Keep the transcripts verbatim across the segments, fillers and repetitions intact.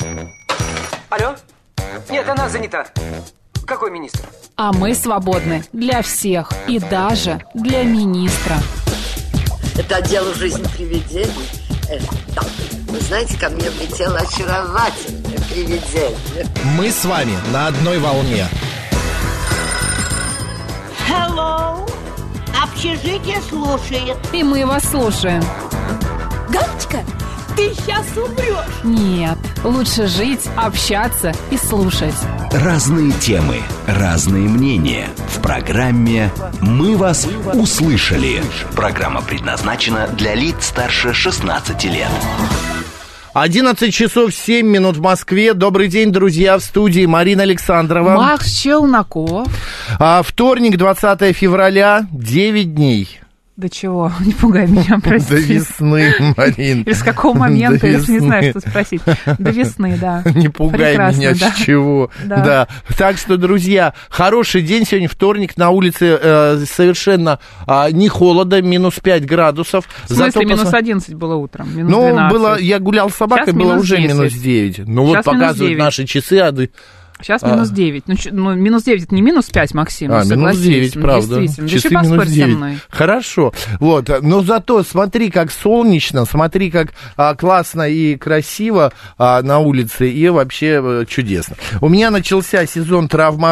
Алло? Нет, она занята. Какой министр? А мы свободны для всех и даже для министра. Это дело жизни привидений. Э, да. Вы знаете, ко мне влетело очаровательное привидение. Мы с вами на одной волне. Hello. Общежитие слушает. И мы вас слушаем. Галочка, ты сейчас умрешь. Нет, лучше жить, общаться и слушать. Разные темы, разные мнения. В программе «Мы вас услышали». Программа предназначена для лиц старше шестнадцати лет. одиннадцать часов семь минут в Москве. Добрый день, друзья, в студии Марина Александрова. Макс Челноков. А, вторник, двадцатое февраля, девять дней. До чего? Не пугай меня, прости. До весны, Марин. Или с какого момента, я не знаю, что спросить. До весны, да. Не пугай Прекрасно, меня, да. с чего. Да. Да. Так что, друзья, хороший день сегодня, вторник, на улице э, совершенно э, не холодно, минус пять градусов. В смысле, Зато минус пос... одиннадцать было утром, минус Ну, двенадцать. было, я гулял с собакой, Сейчас было минус уже десять. минус девять. Ну, Сейчас вот минус показывают девять. наши часы, а... Сейчас А. минус девять. Ну, ч- ну, минус девять это не минус пять, Максим. А, ну, минус согласись. девять, Ну, правда. действительно. Часы Да еще минус поспорь со девять. мной. Хорошо. Вот. Но зато смотри, как солнечно, смотри, как а, классно и красиво а, на улице, и вообще а, чудесно. У меня начался сезон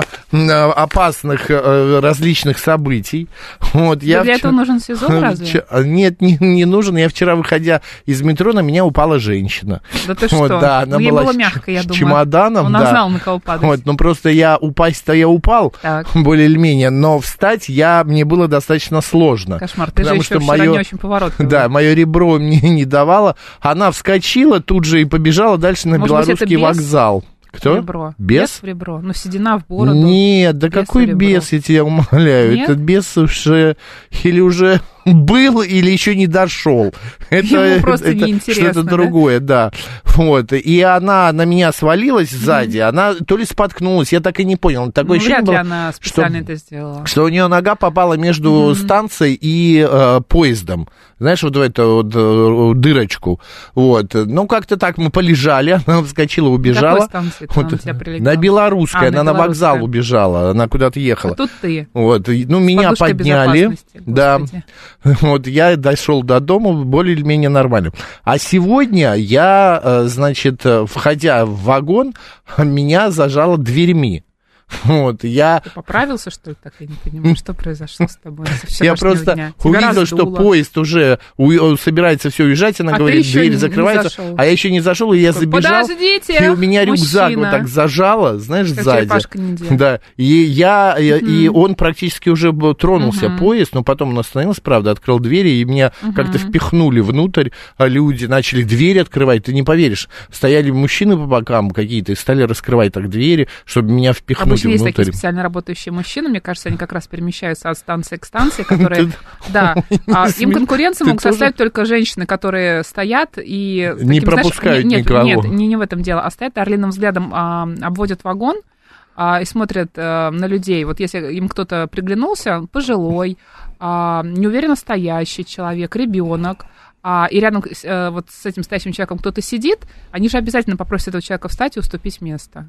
травмоопасных а, различных событий. Вот, Да я для вчера- этого нужен сезон, разве? Ч- Нет, не, не нужен. Я вчера, выходя из метро, на меня упала женщина. Да ты Вот, что? да, она Ну, ей была было с мягко, я ч- думаю. чемоданом, Она да. знала, на кого падать. Вот, ну просто я упасть-то я упал, Так. более или менее, но встать я, мне было достаточно сложно. Кошмар, ты же потому еще что вчера моё- не очень поворотливый. Да, мое ребро мне не давало. Она вскочила тут же и побежала дальше на Может быть, это Белорусский бес? вокзал. Кто? Ребро. Бес? в ребро. Ну, седина в бороду. Нет, да Бес какой и ребро. бес, я тебя умоляю. Нет? Этот бес уже или уже был, или еще не дошел. Это, Ему просто это неинтересно, что-то да? другое, да. Вот. И она на меня свалилась сзади. Она то ли споткнулась, я так и не понял. Такое Ну, ощущение вряд ли было, она что- специально это сделала. что у нее нога попала между станцией и э, поездом. Знаешь, вот в эту вот, э, дырочку. Вот. Ну, как-то так мы полежали, она вскочила, убежала. На какой станции она на тебя прилетела? На Белорусской, А, она на на вокзал Белорусской. убежала, она куда-то ехала. А тут ты. Вот, и, ну, меня подушкой подняли, безопасности, да, господи. вот, я дошел до дома более или менее нормально. А сегодня я, э, значит, э, входя в вагон, меня зажало дверьми. Вот, я... Ты поправился, что ли, так? Я не понимаю, что произошло с тобой со Я вчерашнего просто дня? Тебя увидел, что раздуло. поезд уже у- собирается все уезжать, она А ты говорит, еще двери не- не закрываются, зашел. а я еще не зашел, и я забежал, Подождите, и у меня рюкзак мужчина. вот так зажало, знаешь, Как сзади. черепашка-ниндзя. Да, и я, и, и он практически уже был- тронулся, поезд, но потом он остановился, правда, открыл двери, и меня как-то впихнули внутрь, а люди начали дверь открывать, ты не поверишь, стояли мужчины по бокам какие-то, и стали раскрывать так двери, чтобы меня впихнуть Обычно есть внутрь. такие специально работающие мужчины, мне кажется, они как раз перемещаются от станции к станции, которые, Ты- да, а, им Сме- конкуренцию ты могут тоже- составить только женщины, которые стоят и... Не таким, знаешь, пропускают нет, никого. Нет, не, не в этом дело, а стоят орлиным взглядом, а, обводят вагон а, и смотрят а, на людей. Вот если им кто-то приглянулся, пожилой, а, неуверенно стоящий человек, ребенок, а, и рядом а, вот с этим стоящим человеком кто-то сидит, они же обязательно попросят этого человека встать и уступить место.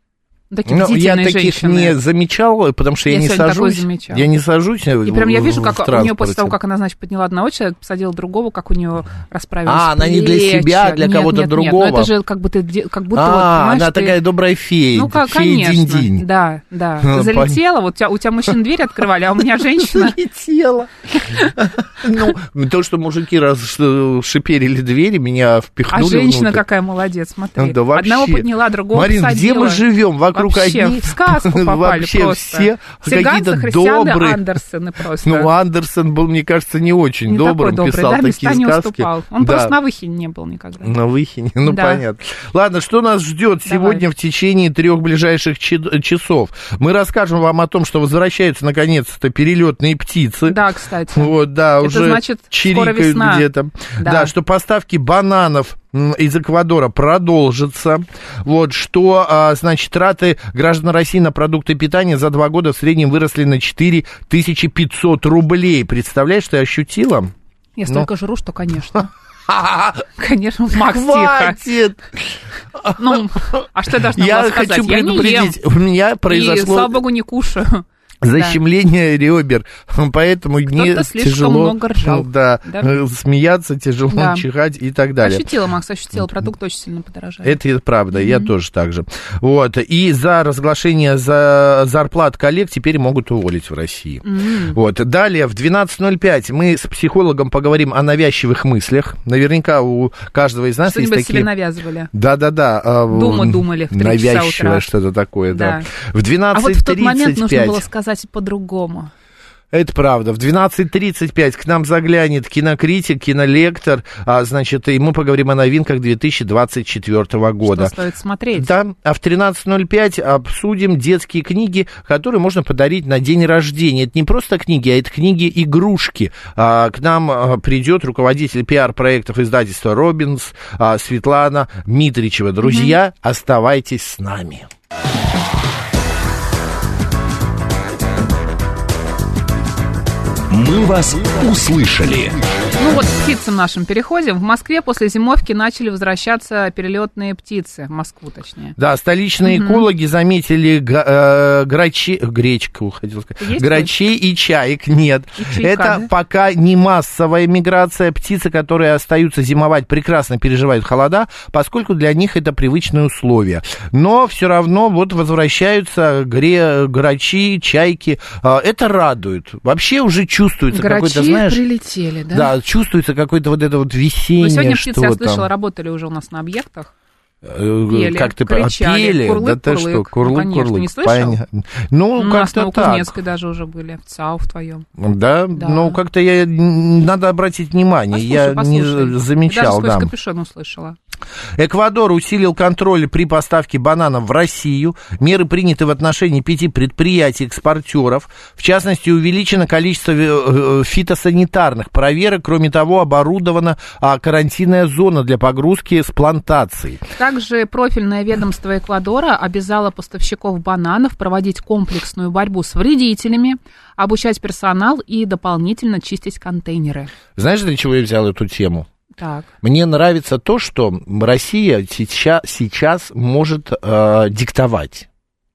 Такие Ну, я бдительные таких женщины. не замечал, потому что я, Я не сегодня такое сажусь. замечала. Я не сажусь. И прям я вижу, как в у нее после того, транспорте. как она, значит, подняла одного человека, посадила другого, как у нее расправились А, она не для плечи. себя, а для Нет, кого-то нет, другого. Нет, ну это же как будто, как будто вот, А, понимаешь, она ты- такая добрая фея. Ну, как, фея конечно, Динь-Динь. да, да. Ну, Ты залетела, вот у тебя, у тебя мужчины дверь открывали, а у меня женщина... Залетела. Ну, то, что мужики расшиперили двери, меня А впихнули женщина внутрь. какая молодец, смотри. Да вообще. Одного подняла, другого Марин, посадила. где мы живем? Вокруг Вообще, одни... в сказку попали Вообще просто. все Все какие-то Гансы, Христианы, добрые. Андерсены просто. Ну, Андерсон был, мне кажется, не очень Не добрым, такой добрый, писал да, такие места не сказки. уступал. Он Да. просто на Выхине не был никогда. На Выхине, ну Да. понятно. Ладно, что нас ждет Давай. сегодня в течение трех ближайших чи- часов? Мы расскажем вам о том, что возвращаются наконец-то перелетные птицы. Да, кстати. Вот, да, Это уже значит, скоро чирикают весна. где-то. Да. Да, что поставки бананов м, из Эквадора продолжатся. Вот, что, а, значит, траты граждан России на продукты питания за два года в среднем выросли на четыре тысячи пятьсот рублей. Представляешь, что я ощутила? Я столько жру, что, конечно. Конечно, Макс, тихо. Хватит! Ну, а что я должна Я была сказать? хочу Я не ем. предупредить, у меня И, произошло слава богу, не кушаю. защемление ребер, поэтому мне Кто-то слишком тяжело много ржал. да, Да? э, смеяться, тяжело Да. чихать и так далее. Ощутила, Макс, ощутила. Продукты очень сильно подорожали. Это правда, я тоже так же. Вот. И за разглашение за зарплат коллег теперь могут уволить в России. М. Вот. Далее в двенадцать ноль пять мы с психологом поговорим о навязчивых мыслях. Наверняка у каждого из нас есть Что-нибудь себе такие... навязывали. Да-да-да. а, Дума думали в три часа навязчивое утра. что-то такое, да. Да. В двенадцать А вот в тот момент тридцать нужно пять было сказать по-другому. Это правда. В двенадцать тридцать пять к нам заглянет кинокритик, кинолектор, а, значит, и мы поговорим о новинках две тысячи двадцать четвёртого года. Что стоит смотреть? Да, а в тринадцать ноль пять обсудим детские книги, которые можно подарить на день рождения. Это не просто книги, а это книги-игрушки. А, к нам а, придет руководитель пиар-проектов издательства «Робинс» а, Светлана Митричева. Друзья, mm-hmm. оставайтесь с нами. Мы вас услышали. Ну вот к птицам нашим переходим. В Москве после зимовки начали возвращаться перелетные птицы. В Москву, точнее. Да, столичные угу. экологи заметили г- э, грачи, гречку, хотел сказать, Есть грачей и чаек. Нет, и чайка, это да? пока не массовая миграция. Птицы, которые остаются зимовать, прекрасно переживают холода, поскольку для них это привычные условия. Но все равно вот возвращаются гре- грачи, чайки. Это радует. Вообще уже чувствуется грачи какой-то, знаешь... прилетели, да? Да, чувствуется какое-то вот это вот весеннее. Но сегодня птицы, я что-то. слышала, работали уже у нас на объектах. Пели, как ты кричали, пели, курлык, да ты курлык. что, курлык, Ну, конечно, курлык. не слышал? Понятно. Ну, У нас как-то на так. Кузнецкой даже уже были, в ЦАУ в твоем. Да? Да. Ну, как-то я, надо обратить внимание, Послушай, я послушай. не замечал. Даже сквозь да. капюшон услышала. Эквадор усилил контроль при поставке бананов в Россию. Меры приняты в отношении пяти предприятий-экспортеров. В частности, увеличено количество фитосанитарных проверок. Кроме того, оборудована карантинная зона для погрузки с плантаций. Также профильное ведомство Эквадора обязало поставщиков бананов проводить комплексную борьбу с вредителями, обучать персонал и дополнительно чистить контейнеры. Знаешь, для чего я взял эту тему? Так. Мне нравится то, что Россия сейчас, сейчас может э, диктовать.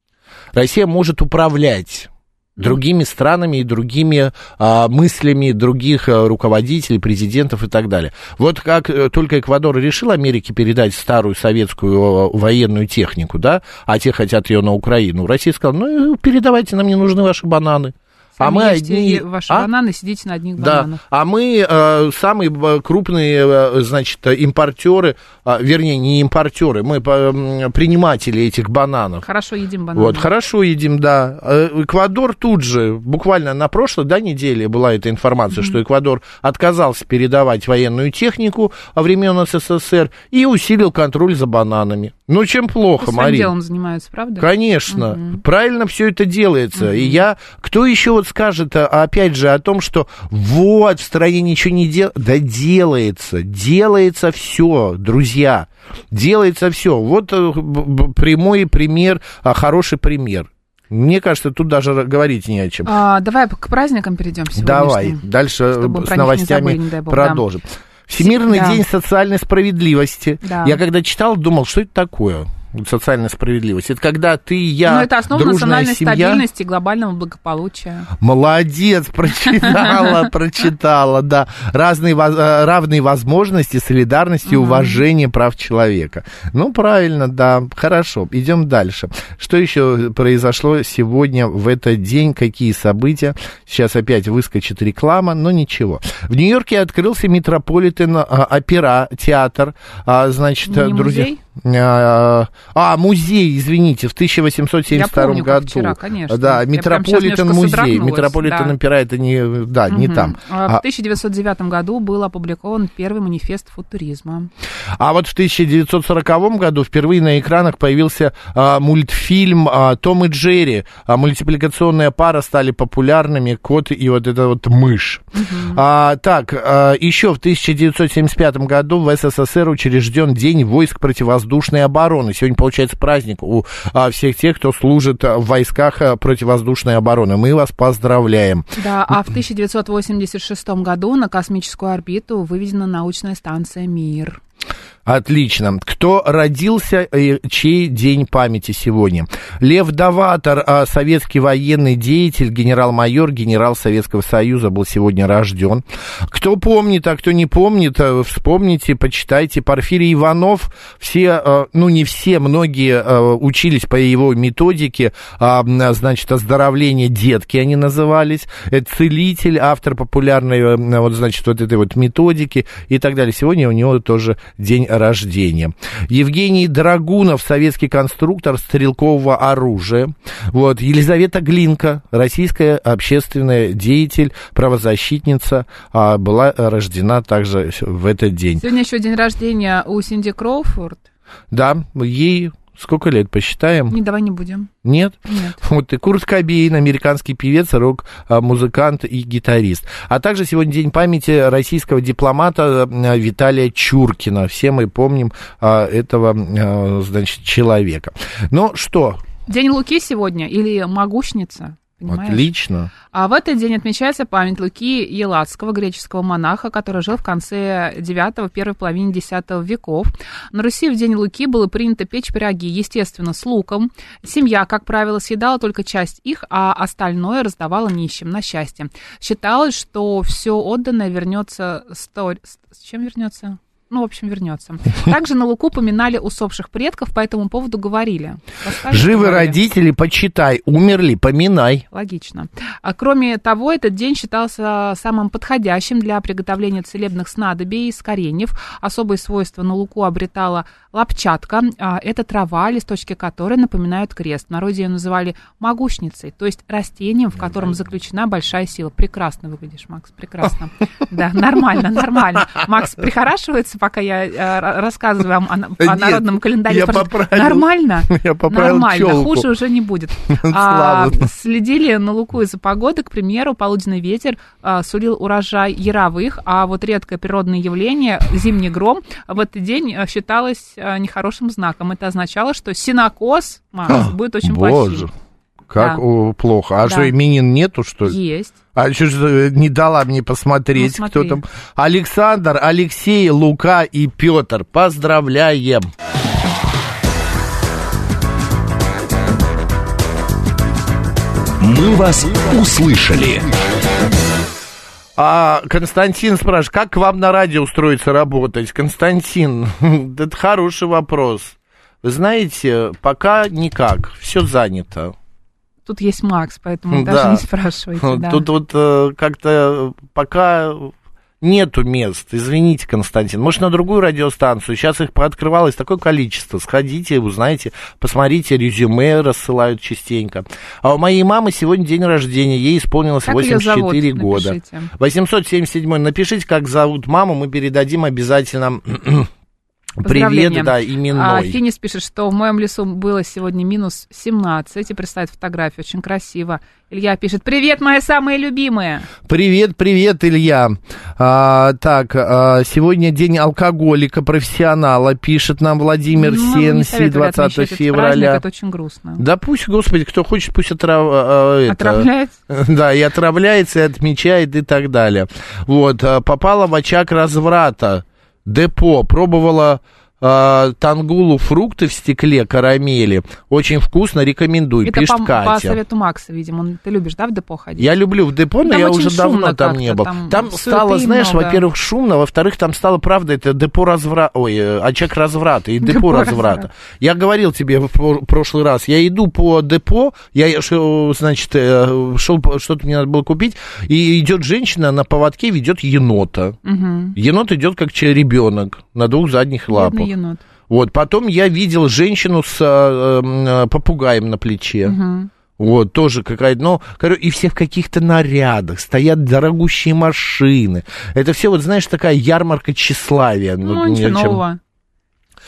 Россия может управлять другими странами и другими а, мыслями других а, руководителей, президентов и так далее. Вот как а, только Эквадор решил Америке передать старую советскую а, военную технику, да, а те хотят ее на Украину, Россия сказала, ну, передавайте, нам не нужны ваши бананы. Сами а мы ешьте одни... ваши а? бананы, сидите на одних Да, бананах. а мы э, самые крупные, э, значит, импортеры, э, вернее, не импортеры, мы э, приниматели этих бананов. Хорошо едим бананы. Вот, хорошо едим, да. Эквадор тут же, буквально на прошлой, да, неделе была эта информация, mm-hmm. что Эквадор отказался передавать военную технику времен СССР и усилил контроль за бананами. Ну, чем плохо, Своим Мария? делом занимаются, правда? Конечно, mm-hmm. правильно все это делается. Mm-hmm. И я, кто еще вот скажет, опять же, о том, что вот, в стране ничего не делается. Да делается, делается все, друзья, делается все. Вот прямой пример, хороший пример. Мне кажется, тут даже говорить не о чем. А, давай к праздникам перейдем сегодня. Давай, дальше с новостями не забыли, бог, продолжим. Да. Всемирный да. день социальной справедливости. Да. Я когда читал, думал, что это такое? Социальная справедливость. Это когда ты, я, ну, это основа национальной семья. Стабильности и глобального благополучия. Молодец, прочитала, прочитала, да. Разные, равные возможности, солидарность и уважение прав человека. Ну, правильно, да, хорошо, идем дальше. Что еще произошло сегодня в этот день, какие события? Сейчас опять выскочит реклама, но ничего. В Нью-Йорке открылся Метрополитен опера, театр, значит, не друзья... Музей? А, музей, извините, в тысяча восемьсот семьдесят втором помню, году. Вчера, конечно. Да, Метрополитен музей. Метрополитен опера, это не, да, угу. не там. В тысяча девятьсот девятом году был опубликован первый манифест футуризма. А вот в тысяча девятьсот сороковом году впервые на экранах появился а, мультфильм а, «Том и Джерри». А, мультипликационная пара стали популярными, кот и вот эта вот мышь. Угу. А, так, а, еще в тысяча девятьсот семьдесят пятом году в СССР учрежден День войск противовоздушной обороны. Сегодня, получается, праздник у а, всех тех, кто служит в войсках противовоздушной обороны. Мы вас поздравляем. Да, а в тысяча девятьсот восемьдесят шестом году на космическую орбиту выведена научная станция «Мир». Отлично. Кто родился, чей день памяти сегодня? Лев Даватор, советский военный деятель, генерал-майор, генерал Советского Союза, был сегодня рожден. Кто помнит, а кто не помнит, вспомните, почитайте. Порфирий Иванов, все, ну не все, многие учились по его методике, значит, оздоровление детки они назывались. Это целитель, автор популярной, вот, значит, вот этой вот методики и так далее. Сегодня у него тоже день рождения. Евгений Драгунов, советский конструктор стрелкового оружия. Вот. Елизавета Глинка, российская общественная деятель, правозащитница, была рождена также в этот день. Сегодня еще день рождения у Синди Кроуфорд. Да, ей... Сколько лет, посчитаем? Не, давай не будем. Нет? Нет. Вот и Курт Кобейн, американский певец, рок-музыкант и гитарист. А также сегодня день памяти российского дипломата Виталия Чуркина. Все мы помним этого, значит, человека. Ну что? День Луки сегодня или Могущница? Понимаешь? Отлично. А в этот день отмечается память Луки Елатского, греческого монаха, который жил в конце девятого, первой половине десятого веков. На Руси в день Луки было принято печь пироги, естественно, с луком. Семья, как правило, съедала только часть их, а остальное раздавала нищим на счастье. Считалось, что все отданное вернется... Сто... С чем вернется? Ну, в общем, вернется. Также на Луку поминали усопших предков, по этому поводу говорили. Живы говорили. Родители, почитай, умерли, поминай. Логично. А кроме того, этот день считался самым подходящим для приготовления целебных снадобий из кореньев. Особые свойства на Луку обретала лапчатка. Это трава, листочки которой напоминают крест. В народе ее называли могущницей, то есть растением, в котором заключена большая сила. Прекрасно выглядишь, Макс, прекрасно. Да, нормально, нормально. Макс прихорашивается, пока я э, рассказываю вам о, о Нет, народном календаре. Я поправил, нормально? Я поправил Нормально, челку. Хуже уже не будет. А, следили на Луку из-за погоды, к примеру, полуденный ветер а, сулил урожай яровых, а вот редкое природное явление, зимний гром, в этот день считалось а, нехорошим знаком. Это означало, что сенокос, Макс, будет очень Боже. плохим. Как Да. о, плохо. А Да. что, именин нету, что ли? Есть. А еще же не дала мне посмотреть, Ну, кто смотри. там. Александр, Алексей, Лука и Петр. Поздравляем. Мы вас услышали. А Константин спрашивает, как к вам на радио устроиться работать? Константин, это хороший вопрос. Вы знаете, пока никак, все занято. Тут есть Макс, поэтому Да. даже не спрашивайте. Да. Тут вот э, как-то пока нету мест. Извините, Константин. Может, на другую радиостанцию. Сейчас их пооткрывалось такое количество. Сходите, узнаете, посмотрите, резюме рассылают частенько. А у моей мамы сегодня день рождения. Ей исполнилось Как её восемьдесят четыре зовут? года. Напишите. восемьсот семьдесят седьмой. Напишите, как зовут маму. Мы передадим обязательно... Привет, Поздравления. да, именной. А, Финис пишет, что в моем лесу было сегодня минус семнадцать, и присылает фотографию, очень красиво. Илья пишет, привет, мои самые любимые. Привет, привет, Илья. А, так, а, сегодня день алкоголика, профессионала, пишет нам Владимир Ну, Сенси, двадцатого февраля. Праздник, это очень грустно. Да пусть, господи, кто хочет, пусть отрав... а, это, Отравляется? Да, и отравляется, и отмечает, и так далее. Вот, а, попала в очаг разврата. Депо, пробовала э, тангулу, фрукты в стекле, карамели. Очень вкусно, рекомендую, Это пишет по, Катя. по совету Макса, видимо. Он, ты любишь, да, в депо ходить? Я люблю в депо, но Там я очень уже давно шумно там как-то, не был. там Там суеты стало, знаешь, много. во-первых, шумно, во-вторых, там стало, правда, это депо разврата, ой, э, очаг разврата и депо, Депо разврата. разврата. Я говорил тебе в про- прошлый раз, я иду по депо, я, шел, значит, э, шел, что-то мне надо было купить, и идет женщина на поводке, ведет енота. Угу. Енот идет как ребенок на двух задних лапах. Бедный енот. Вот, потом я видел женщину с э, э, попугаем на плече. Угу. Вот, тоже какая-то, ну, короче, и все в каких-то нарядах, стоят дорогущие машины. Это все, вот, знаешь, такая ярмарка тщеславия. Ну, Вот, ничего чем- нового.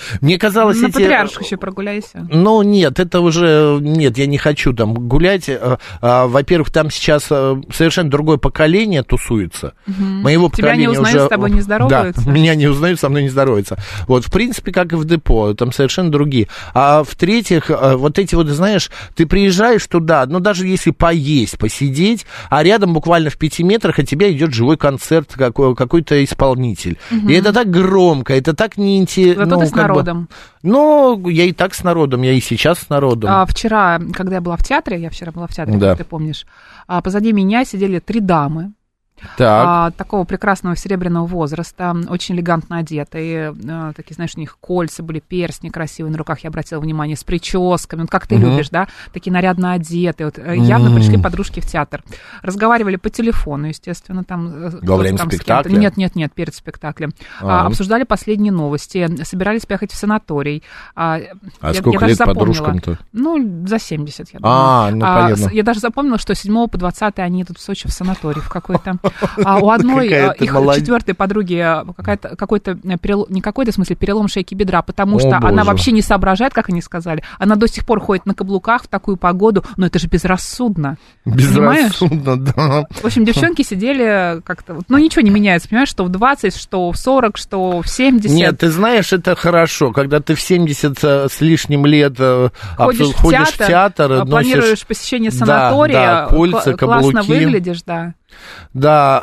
Мне казалось, На эти... Патриарших еще прогуляйся. Ну, нет, это уже... Нет, я не хочу там гулять. Во-первых, там сейчас совершенно другое поколение тусуется. Угу. Моего Тебя поколения не узнают, уже... с тобой не здороваются? Да, меня не узнают, со мной не здороваются. Вот, в принципе, как и в депо, там совершенно другие. А в-третьих, вот эти вот, знаешь, ты приезжаешь туда, ну, даже если поесть, посидеть, а рядом буквально в пяти метрах от тебя идет живой концерт, какой- какой-то исполнитель. Угу. И это так громко, это так неинтересно. Зато ну, ты с народом. Бы... Ну, я и так с народом, я и сейчас с народом. А, вчера, когда я была в театре, я вчера была в театре, да. как ты помнишь, а, позади меня сидели три дамы. Так. А, такого прекрасного серебряного возраста, очень элегантно одетые, а, такие, знаешь, у них кольца были, перстни красивые на руках, я обратила внимание, с прическами, вот как ты угу. любишь, да, такие нарядно одетые, вот, явно mm. пришли подружки в театр. Разговаривали по телефону, естественно, там... Во время там спектакля? Нет, нет, нет, перед спектаклем. А, обсуждали последние новости, собирались поехать в санаторий. А, а я, сколько я лет даже подружкам-то? Ну, за семьдесят, я думаю. А, ну, а, понятно. Я даже запомнила, что с седьмого по двадцатое они идут в Сочи в санаторий в какой-то. А у одной их молодец. четвертой подруги какая-то, какой-то перелом, не какой-то, в смысле, перелом шейки бедра, потому что О, она вообще не соображает, как они сказали. Она до сих пор ходит на каблуках в такую погоду, но это же безрассудно. Безрассудно, понимаешь? Да. В общем, девчонки сидели как-то, ну, ничего не меняется, понимаешь, что в двадцать, что в сорок, что в семьдесят. Нет, ты знаешь, это хорошо, когда ты в семьдесят с лишним лет ходишь, абсолютно, в, театр, ходишь в театр, планируешь носишь... посещение санатория, да, да, кольца, классно каблуки. выглядишь, да. Да,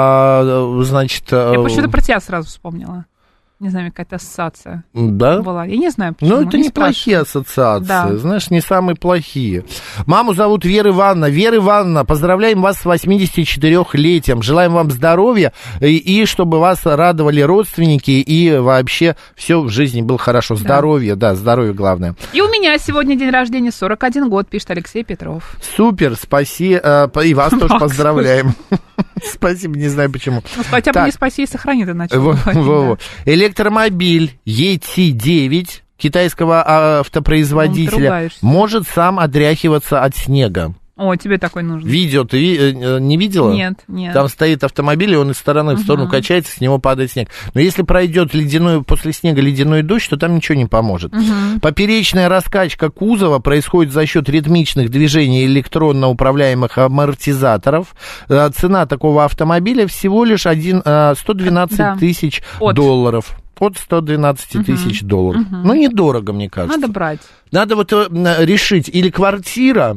а, значит... Я почему-то про тебя сразу вспомнила. Не знаю, какая-то ассоциация да? была. Я не знаю, почему. Ну, это не неплохие ассоциации, да. знаешь, не самые плохие. Маму зовут Вера Ивановна. Вера Ивановна, поздравляем вас с восьмидесятичетырёхлетием. Желаем вам здоровья, и, и чтобы вас радовали родственники, и вообще все в жизни было хорошо. Здоровье, да, да здоровье главное. И у меня сегодня день рождения, сорок один год, пишет Алексей Петров. Супер, спасибо, и вас тоже поздравляем. Спасибо, не знаю почему. Ну, хотя бы не спаси и сохрани, ты начал во, говорить, во, да. Электромобиль и ти девять китайского автопроизводителя может сам отряхиваться от снега. О, тебе такой нужен. Видео ты не видела? Нет, нет. Там стоит автомобиль, и он из стороны в сторону uh-huh. качается, с него падает снег. Но если пройдет ледяной, после снега ледяной дождь, то там ничего не поможет. Uh-huh. Поперечная раскачка кузова происходит за счет ритмичных движений электронно управляемых амортизаторов. Цена такого автомобиля всего лишь один, сто двенадцать да. тысяч От. долларов. От сто двенадцать uh-huh. тысяч долларов. Uh-huh. Ну, недорого, мне кажется. Надо брать. Надо вот решить, или квартира,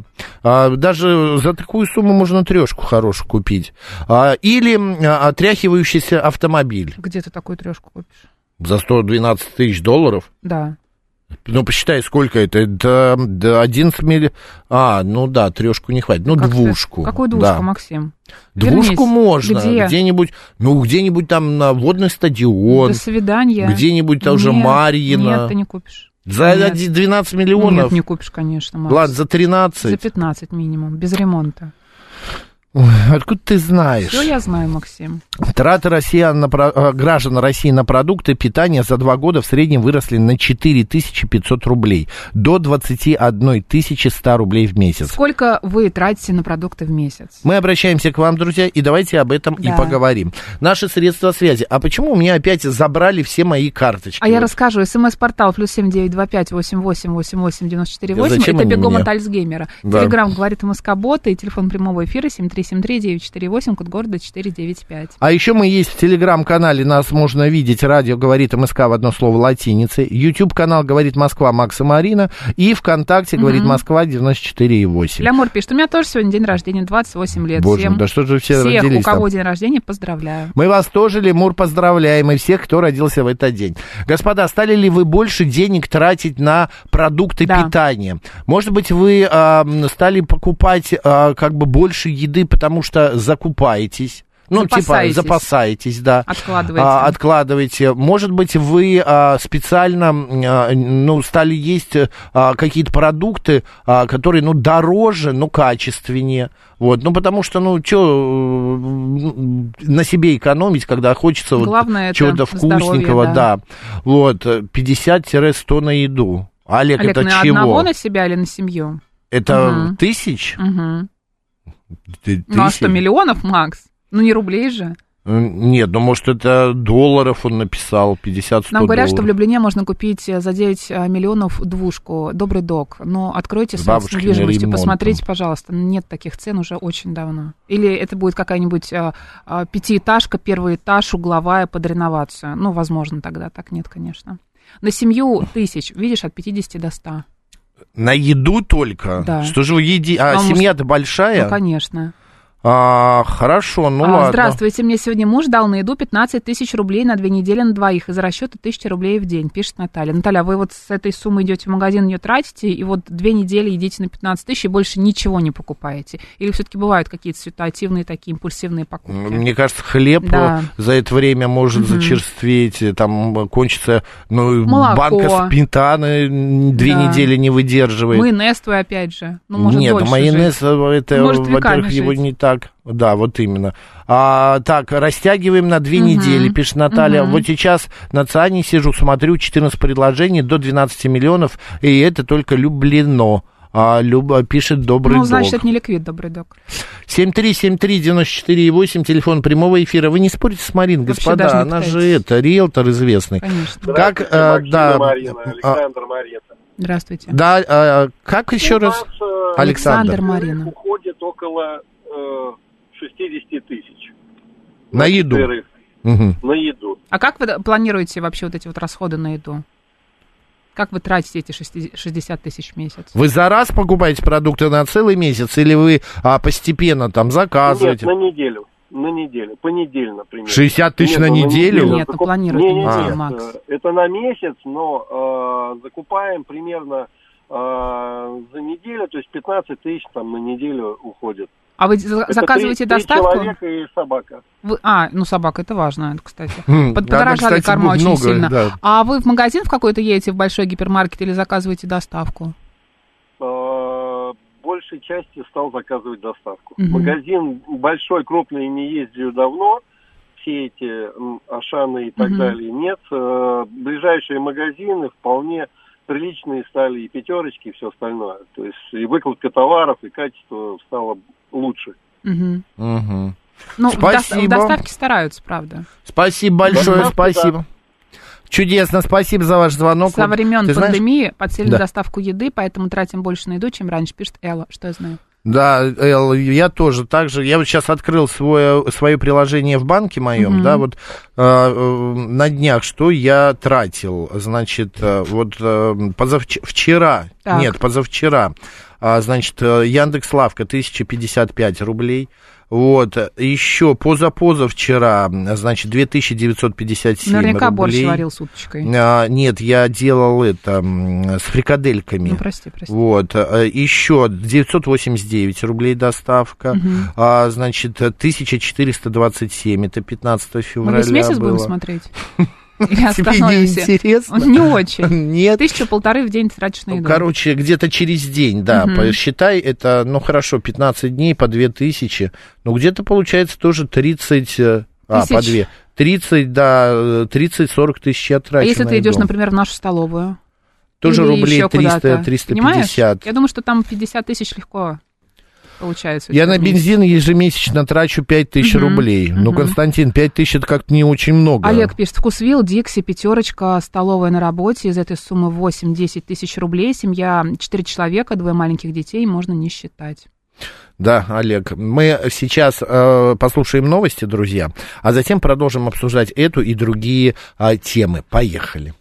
даже за такую сумму можно трешку хорошую купить, или отряхивающийся автомобиль. Где ты такую трешку купишь? За сто двенадцать тысяч долларов? Да. Ну, посчитай, сколько это? Это одиннадцать миллионов. А, ну да, трешку не хватит. Ну, как двушку. Ты? Какую двушку, да. Максим? Двушку Вернись. можно. Где? Где-нибудь, ну, где-нибудь там на водный стадион. До свидания. Где-нибудь там уже Марьино. Нет, ты не купишь. За нет. двенадцать миллионов? Нет, не купишь, конечно, Макс. Ладно, за тринадцать? За пятнадцать минимум, без ремонта. Ой, откуда ты знаешь? Все я знаю, Максим. Траты россиян на, граждан России на продукты питания за два года в среднем выросли на четыре тысячи пятьсот рублей, до двадцать одна тысяча сто рублей в месяц. Сколько вы тратите на продукты в месяц? Мы обращаемся к вам, друзья, и давайте об этом да. и поговорим. Наши средства связи. А почему у меня опять забрали все мои карточки? А вот. Я расскажу. СМС-портал плюс семь девять два пять восемь восемь восемь восемь девяносто четыре восемь. Зачем это бегом мне? От Альцгеймера. Да. Телеграм говорит МСК-бота и телефон прямого эфира семь три семь три девять четыре восемь, код города четыреста девяносто пять. А еще мы есть в телеграм-канале, нас можно видеть, радио говорит МСК в одно слово латиницей, YouTube-канал говорит Москва Макса Марина и ВКонтакте говорит mm-hmm. Москва девяносто четыре и восемь. Лямур пишет, у меня тоже сегодня день рождения, двадцать восемь лет. Боже всем, мой, да что же все всех, родились у кого там? День рождения, поздравляю. Мы вас тоже, Лемур, поздравляем, и всех, кто родился в этот день. Господа, стали ли вы больше денег тратить на продукты да. питания? Может быть, вы э, стали покупать э, как бы больше еды, потому что закупаетесь? Ну, запасаетесь. типа, запасаетесь, да. Откладываете. А, откладываете. Может быть, вы а, специально, а, ну, стали есть а, какие-то продукты, а, которые, ну, дороже, но качественнее. Вот, ну, потому что, ну, что на себе экономить, когда хочется вот чего-то вкусненького, здоровье, да. да. Вот, пятьдесят-сто на еду. Олег, Олег, это на чего? одного на себя или на семью? Это угу. тысяч? Угу. Ты, ну, а что, миллионов, Макс? Ну, не рублей же. Нет, ну, может, это долларов он написал, пятьдесят-сто Нам говорят, долларов. что в Люблине можно купить за девять миллионов двушку. Добрый док. Но откройте сайт с недвижимостью, посмотрите, пожалуйста. Нет таких цен уже очень давно. Или это будет какая-нибудь а, а, пятиэтажка, первый этаж, угловая под реновацию. Ну, возможно, тогда. Так нет, конечно. На семью тысяч, видишь, от пятидесяти до ста. На еду только? Да. Что же вы едите? А, а семья-то большая? Ну, конечно. А, хорошо, ну а, ладно. Здравствуйте, мне сегодня муж дал на еду пятнадцать тысяч рублей на две недели на двоих из-за расчета тысячи рублей в день, пишет Наталья. Наталья, вы вот с этой суммой идете в магазин, ее тратите, и вот две недели едите на пятнадцать тысяч и больше ничего не покупаете? Или все-таки бывают какие-то ситуативные такие импульсивные покупки? Мне кажется, хлеб да. за это время может угу. зачерстветь, там кончится, ну, молоко. Банка сметаны две да. недели не выдерживает. Майонез твой опять же. Ну, может, Нет, майонез, жить. это, может, во-первых, его не так. Да, вот именно. А, так, растягиваем на две uh-huh. недели, пишет Наталья. Uh-huh. Вот сейчас на ЦИАНе сижу, смотрю, четырнадцать предложений до двенадцати миллионов, и это только Люблино. А, Люба пишет добрый док. Ну, значит, это не ликвид, добрый док. семь три семь три девять четыре восемь, телефон прямого эфира. Вы не спорите с Мариной, господа, она же это, риэлтор известный. Конечно. Как, а, да, Марина, Александр Марина. Здравствуйте. Да, а, как еще У раз? нас, Александр, Александр Марина. Уходит около э, шестьдесят тысяч. На еду? Угу. На еду. А как вы планируете вообще вот эти вот расходы на еду? Как вы тратите эти шестьдесят тысяч в месяц? Вы за раз покупаете продукты на целый месяц, или вы а, постепенно там заказываете? Нет, на неделю. На неделю, понедельно примерно. шестьдесят тысяч на, на неделю? Нет, ну планируете не, не, неделю, нет, Макс. Это на месяц, но э, закупаем примерно э, за неделю, то есть пятнадцать тысяч там на неделю уходит. А вы заказываете это три, доставку? Три человека и собака. Вы, а, ну собака, это важно, кстати. Mm, Подорожали кстати, корма очень много, сильно. Да. А вы в магазин в какой-то едете, в большой гипермаркет, или заказываете доставку? Э, большей части стал заказывать доставку. Mm-hmm. Магазин большой, крупный, не ездил давно. Все эти Ашаны и так mm-hmm. далее нет. Э, ближайшие магазины вполне приличные стали, и пятерочки, и все остальное. То есть и выкладка товаров, и качество стало лучше. Угу. Угу. Ну, спасибо. В доставке стараются, правда. Спасибо большое, доставка, спасибо. Да. Чудесно, спасибо за ваш звонок. Со времен Ты пандемии знаешь? подсели Да. на доставку еды, поэтому тратим больше на еду, чем раньше, пишет Элла. Что я знаю? Да, Эл, я тоже так же. Я вот сейчас открыл свое, свое приложение в банке моем, mm-hmm. да, вот э, на днях, что я тратил, значит, э, вот э, позавчера, так. нет, позавчера, э, значит, Яндекс.Лавка тысяча пятьдесят пять рублей. Вот, еще позапозавчера, значит, две тысячи девятьсот пятьдесят семь Наверняка рублей. борщ варил с уточкой. А, нет, я делал это с фрикадельками. Ну, прости, прости. Вот, еще девятьсот восемьдесят девять рублей доставка, угу. а, значит, тысяча четыреста двадцать семь, это пятнадцатого февраля. Мы весь месяц было. будем смотреть? Или остановимся? Тебе не интересно? Не очень. Нет. Тысячу-полторы в день тратишь на еду. Короче, где-то через день, да, угу. Считай, это, ну, хорошо, пятнадцать дней по две тысячи, ну, где-то получается тоже тридцать, а, по две, тридцать, да, тридцать-сорок тысяч я трачу. А если на ты идешь, еду. например, в нашу столовую? Тоже Или рублей триста, триста пятьдесят. Понимаешь? Я думаю, что там пятьдесят тысяч легко получается. Я на бензин ежемесячно трачу пять тысяч угу, рублей. Угу. Ну, Константин, пять тысяч это как-то не очень много. Олег пишет, Вкусвилл, Дикси, пятерочка, столовая на работе. Из этой суммы восемь-десять тысяч рублей. Семья четыре человека, двое маленьких детей, можно не считать. Да, Олег, мы сейчас э, послушаем новости, друзья, а затем продолжим обсуждать эту и другие э, темы. Поехали.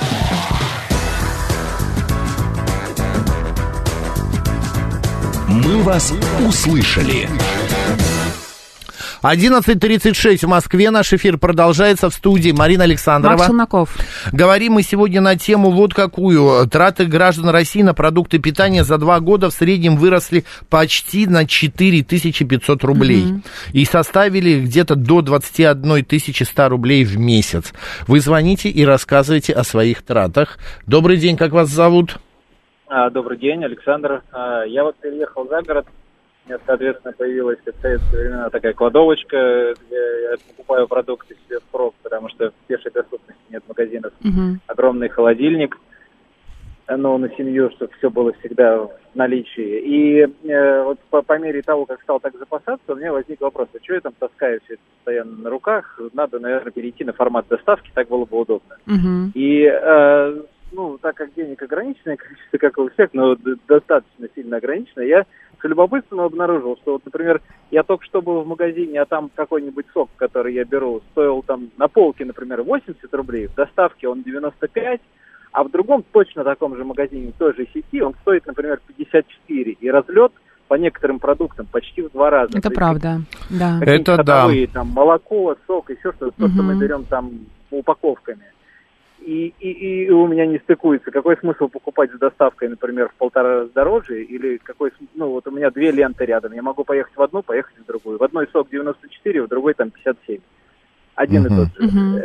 Мы вас услышали. одиннадцать тридцать шесть в Москве. Наш эфир продолжается. В студии Марина Александрова. Макс Челноков. Говорим мы сегодня на тему вот какую. Траты граждан России на продукты питания за два года в среднем выросли почти на четыре тысячи пятьсот рублей. Mm-hmm. И составили где-то до двадцать одна тысяча сто рублей в месяц. Вы звоните и рассказывайте о своих тратах. Добрый день, как вас зовут? Добрый день, Александр. Я вот переехал за город. У меня, соответственно, появилась в советские времена такая кладовочка, где я покупаю продукты себе впрок, потому что в пешей доступности нет магазинов. Uh-huh. Огромный холодильник. ну, на семью, чтобы все было всегда в наличии. И э, вот по, по мере того, как стал так запасаться, у меня возник вопрос, а что я там таскаю все это постоянно на руках? Надо, наверное, перейти на формат доставки, так было бы удобно. Угу. И, э, ну, так как денег ограниченное количество, как у всех, но достаточно сильно ограниченное, я с любопытством обнаружил, что, вот, например, я только что был в магазине, а там какой-нибудь сок, который я беру, стоил там на полке, например, восемьдесят рублей, в доставке он девяносто пять, а в другом точно таком же магазине той же сети он стоит, например, пятьдесят четыре. И разлет по некоторым продуктам почти в два раза. Это правда, да. Это ходовые, да. Там молоко, сок, еще что-то, то, угу. что мы берем там упаковками. И, и, и у меня не стыкуется. Какой смысл покупать с доставкой, например, в полтора раза дороже? Или какой, ну вот у меня две ленты рядом. Я могу поехать в одну, поехать в другую. В одной сок девяносто четыре, в другой там пятьдесят семь. Один угу. и тот же. Угу.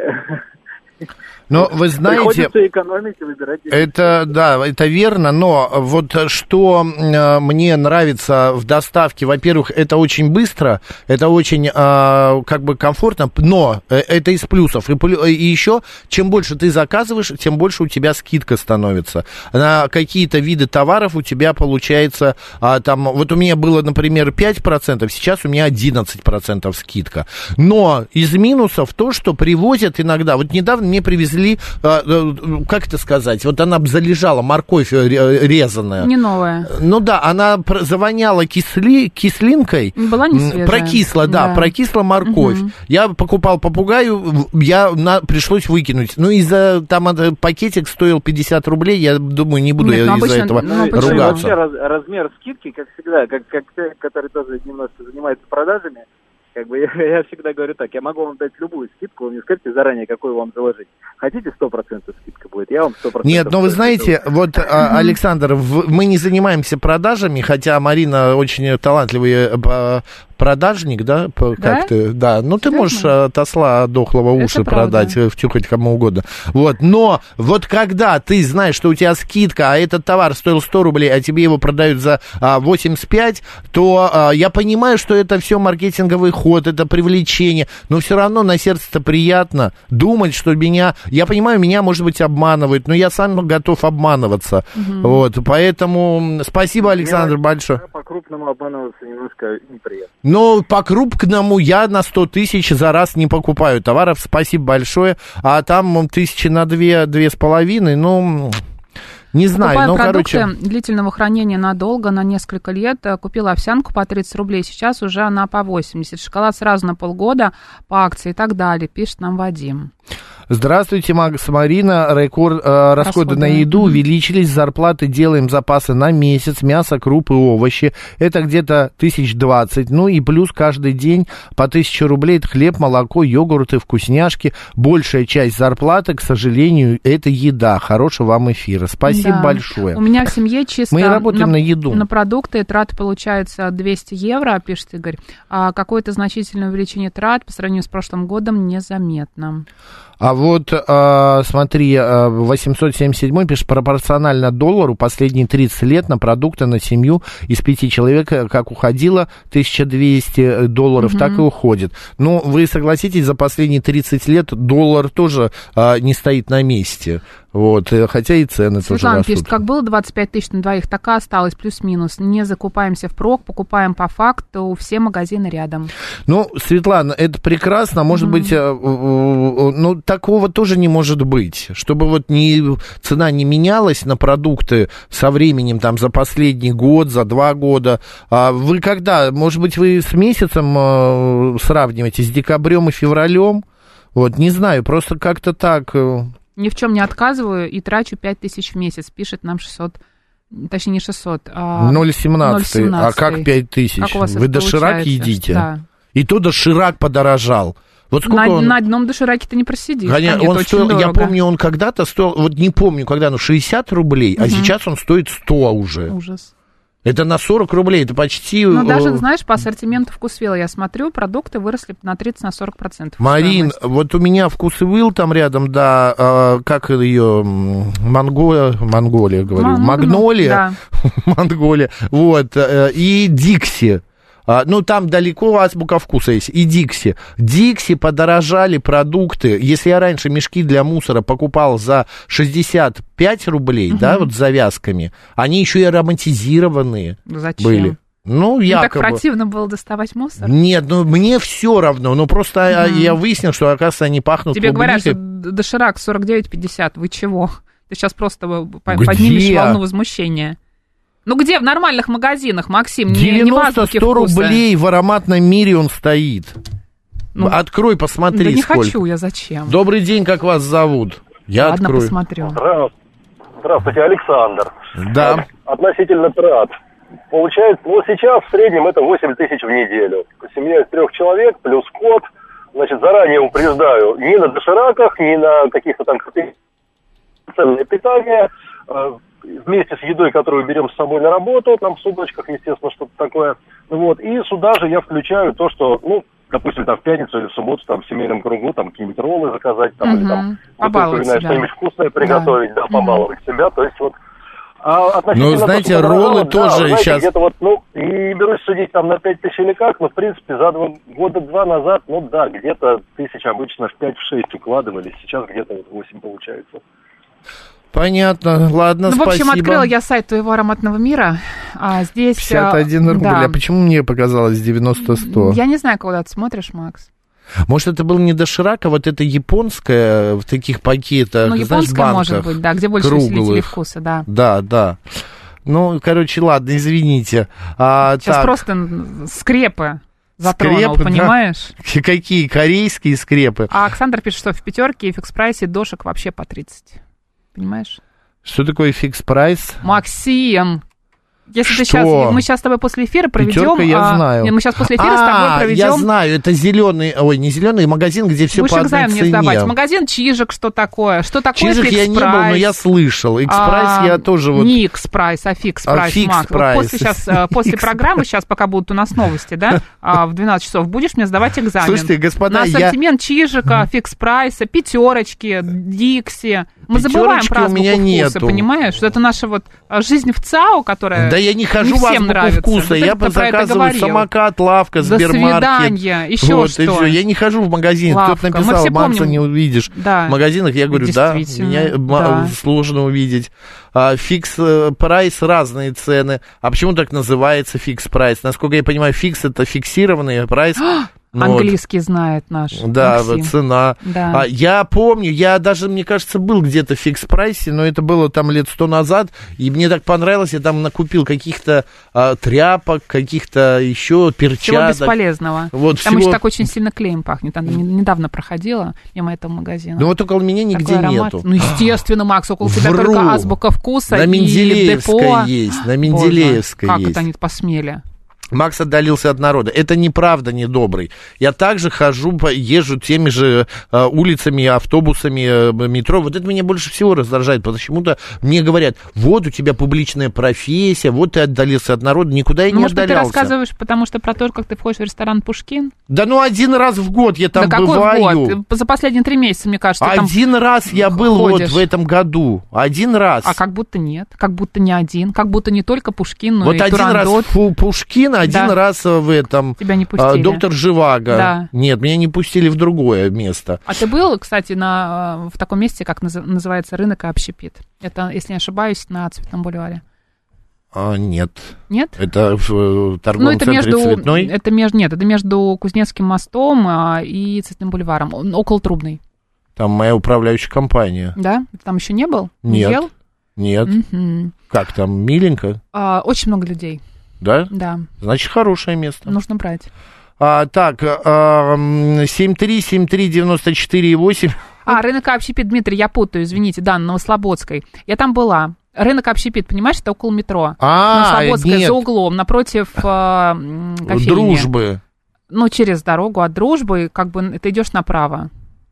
Но вы знаете, приходится экономить и выбирать. Это, да, это верно, но вот что э, мне нравится в доставке, во-первых, это очень быстро, это очень, э, как бы, комфортно, но это из плюсов. И, и еще, чем больше ты заказываешь, тем больше у тебя скидка становится. На какие-то виды товаров у тебя получается, э, там, вот у меня было, например, пять процентов, сейчас у меня одиннадцать процентов скидка. Но из минусов то, что привозят иногда, вот недавно мне привезли, как это сказать, вот она залежала, морковь резаная. Не новая. Ну да, она завоняла кисли, кислинкой. Была не свежая. Прокисла, да, да. прокисла морковь. Угу. Я покупал попугаю, я на, пришлось выкинуть. Ну, из-за, там пакетик стоил пятьдесят рублей, я думаю, не буду Нет, я из-за этого ну, ругаться. Вообще раз, размер скидки, как всегда, как, как те, которые тоже немножко занимаются продажами, как бы я, я всегда говорю так, я могу вам дать любую скидку, вы мне скажите заранее, какую вам заложить. Хотите сто процентов скидка будет, я вам сто процентов. Нет, но вы знаете, вот, Александр, мы не занимаемся продажами, хотя Марина очень талантливый продажник, да? Как да? ты? Да. Ну, ты можешь от осла дохлого уши продать, втюхать кому угодно. Вот, но вот когда ты знаешь, что у тебя скидка, а этот товар стоил сто рублей, а тебе его продают за восемьдесят пять, то я понимаю, что это все маркетинговый ход, это привлечение, но все равно на сердце-то приятно думать, что меня, я понимаю, меня, может быть, обманывают, но я сам готов обманываться. Угу. Вот, поэтому спасибо, Александр, большое. По-крупному обманываться немножко неприятно. Но по-крупному я на сто тысяч за раз не покупаю товаров, спасибо большое, а там тысячи на две, две с половиной, ну... Не знаю, Покупаю ну, продукты короче... длительного хранения надолго, на несколько лет. Купила овсянку по тридцать рублей, сейчас уже она по восемьдесят. Шоколад сразу на полгода по акции и так далее, пишет нам Вадим. Здравствуйте, Макс, Марина. Рекорд, э, расходы, расходы на еду mm-hmm. увеличились, зарплаты делаем запасы на месяц, мясо, крупы, овощи. Это где-то тысяч двадцать. Ну и плюс каждый день по тысяче рублей. Это хлеб, молоко, йогурты, вкусняшки. Большая часть зарплаты, к сожалению, это еда. Хорошего вам эфира. Спасибо да. большое. У меня в семье чисто Мы работаем на, на еду. На продукты траты получается двести евро, пишет Игорь. А какое-то значительное увеличение трат по сравнению с прошлым годом незаметно. А вот, э, смотри, э, восемьсот семьдесят семь пишет, пропорционально доллару последние тридцать лет на продукты на семью из пяти человек, как уходило тысяча двести долларов, угу. так и уходит. Ну, вы согласитесь, за последние тридцать лет доллар тоже э, не стоит на месте. Вот, хотя и цены Светлана тоже растут. Пишет, как было двадцать пять тысяч на двоих, так и осталось, плюс-минус. Не закупаемся впрок, покупаем по факту, все магазины рядом. Ну, Светлана, это прекрасно, может mm-hmm. быть, э, э, ну, такого тоже не может быть, чтобы вот не, цена не менялась на продукты со временем, там, за последний год, за два года. А вы когда, может быть, вы с месяцем э, сравниваете, с декабрем и февралем? Вот, не знаю, просто как-то так... Ни в чем не отказываю и трачу пять тысяч в месяц, пишет нам шестьсот, точнее не шестьсот, а ноль семнадцать. А как пять тысяч? Как у вас Вы это доширак едите? Да. И то доширак подорожал. Вот сколько на, он... на одном дошираке ты не просидишь. Конечно, он стоил, я помню, он когда-то стоил, вот не помню, когда, ну, шестьдесят рублей, угу. а сейчас он стоит сто уже. Ужас. Это на сорок рублей, это почти... Ну, даже, знаешь, по ассортименту Вкусвилла я смотрю, продукты выросли на тридцать-сорок процентов. Марин, вот у меня Вкусвилл там рядом, да, э, как ее, Монголия, Монголия, говорю, Магнолия, да. Монголия, вот, э, и Дикси. А, ну, там далеко азбука вкуса есть. И Дикси. Дикси подорожали продукты. Если я раньше мешки для мусора покупал за шестьдесят пять рублей, угу. да, вот с завязками, они еще и ароматизированные Зачем? были. Ну, якобы. Так противно было доставать мусор? Нет, ну, мне все равно. Ну, просто угу. я выяснил, что, оказывается, они пахнут Тебе клубникой. говорят, что доширак сорок девять пятьдесят. Вы чего? Ты сейчас просто поднимешь волну возмущения. Ну где в нормальных магазинах, Максим? девяносто-сто рублей в ароматном мире он стоит. Ну, открой, посмотри, да не сколько. хочу я, зачем? Добрый день, как вас зовут? Я Ладно, открою. Посмотрю. Здравствуйте, Александр. Да. Относительно трат. Получается, ну сейчас в среднем это восемь тысяч в неделю. Семья из трех человек плюс кот. Значит, заранее упреждаю, ни на дошираках, ни на каких-то там ценное питание. Вместе с едой, которую берем с собой на работу, там в судочках, естественно, что-то такое. Вот. И сюда же я включаю то, что, ну, допустим, там в пятницу или в субботу там в семейном кругу там какие-нибудь роллы заказать, там, угу. или там что-нибудь вкусное приготовить, да, да угу. побаловать себя. То есть вот. А ну, знаете, то, роллы да, тоже знаете, сейчас... где-то вот, ну, не берусь судить там на пять тысяч или как, но, в принципе, за два, года два назад, ну, да, где-то тысяч обычно в пять-шесть укладывались, сейчас где-то вот восемь получается. Понятно, ладно, ну, спасибо. В общем, открыла я сайт твоего ароматного мира, а здесь... пятьдесят один рубль, да. А почему мне показалось девяносто-сто? Я не знаю, куда ты смотришь, Макс. Может, это был не доширак, а вот это японское в таких пакетах, ну, знаешь, банках. Ну, может быть, да, где больше усилителей вкуса, да. Да, да. Ну, короче, ладно, извините. А, сейчас так. Просто скрепы затронул, скрепы, понимаешь? Да? Какие корейские скрепы. А Александр пишет, что в пятерке и фикс-прайсе дошек вообще по тридцать. Понимаешь? Что такое фикс-прайс? Максим! Если что? ты сейчас, мы сейчас с тобой после эфира проведем. Пятерка, я а, знаю. Нет, мы сейчас после эфира а, с тобой проведем. Я знаю, это зеленый, ой, не зеленый магазин, где все будешь по одной экзамен цене. Сдавать. Магазин Чижик, что такое? Что такое Чижик фикс-прайс? я не был, но я слышал. Экспрайс а, я тоже вот. Не экспрайс, а фикс-прайс. А, фикс-прайс. Вот после, сейчас, после программы, сейчас пока будут у нас новости, да, в двенадцать часов, будешь мне сдавать экзамен. Слушайте, господа, на ассортимент я... Чижика, фикс-прайса, пятерочки, Дикси. Мы Пятерочки забываем про азбуку вкуса, нету. Понимаешь? Что это наша вот жизнь в ЦАО, которая да я не хожу не в всем азбуку нравится. вкуса, вот я заказываю самокат, лавка, До Сбермаркет. До свидания, еще вот, что? И все. Я не хожу в магазин. Кто-то написал, Макса не увидишь. Да. В магазинах я говорю, да, меня да. сложно увидеть. Фикс-прайс, разные цены. А почему так называется фикс-прайс? Насколько я понимаю, фикс это фиксированный прайс. Английский вот. Знает наш Да, Максим. цена. Да. А, я помню, я даже, мне кажется, был где-то в фикс-прайсе, но это было там лет сто назад, и мне так понравилось, я там накупил каких-то а, тряпок, каких-то еще перчаток. Всего бесполезного. Вот там всего... еще так очень сильно клеем пахнет. Она недавно проходила мимо этого магазина. Ну вот около меня нигде такой аромат. Нету. Ну, естественно, Макс, около тебя Вру. Только азбука вкуса на и Менделеевской депо. есть, на Менделеевской Боже, есть. как это они посмели? Макс отдалился от народа. Это неправда, недобрый. Я также хожу, езжу теми же э, улицами, автобусами, э, метро. Вот это меня больше всего раздражает. Почему-то мне говорят, вот у тебя публичная профессия, вот ты отдалился от народа. Никуда я ну, не может, отдалялся. Ты рассказываешь, потому что про то, как ты входишь в ресторан Пушкин? Да ну один раз в год я там да бываю. Какой в год? За последние три месяца, мне кажется, ты Один там раз я был ходишь. Вот в этом году. Один раз. А как будто нет. Как будто не один. Как будто не только Пушкин, но вот и один Турандот. раз Пушкин, один да. раз в этом... Тебя не пустили. Доктор Живаго. Да. Нет, меня не пустили в другое место. А ты был, кстати, на, в таком месте, как называется рынок и общепит? Это, если не ошибаюсь, на Цветном бульваре. А, нет. Нет? Это в торговом ну, это центре между, Цветной? Это между, нет, это между Кузнецким мостом а, и Цветным бульваром, около Трубной. Там моя управляющая компания. Да? Ты там еще не был? Нет. Не ел? Нет. Mm-hmm. Как там, миленько? А, очень много людей. Да? Да. Значит, хорошее место. Нужно брать. А, так, а, семь три семь три девяносто четыре восемь. А, рынок общепит, Дмитрий, я путаю, извините, да, на Новослободской. Я там была. Рынок общепит, понимаешь, это около метро. А, Новослободская, нет. За углом, напротив э, кофейни. Дружбы. Ну, через дорогу от Дружбы, как бы, ты идешь направо.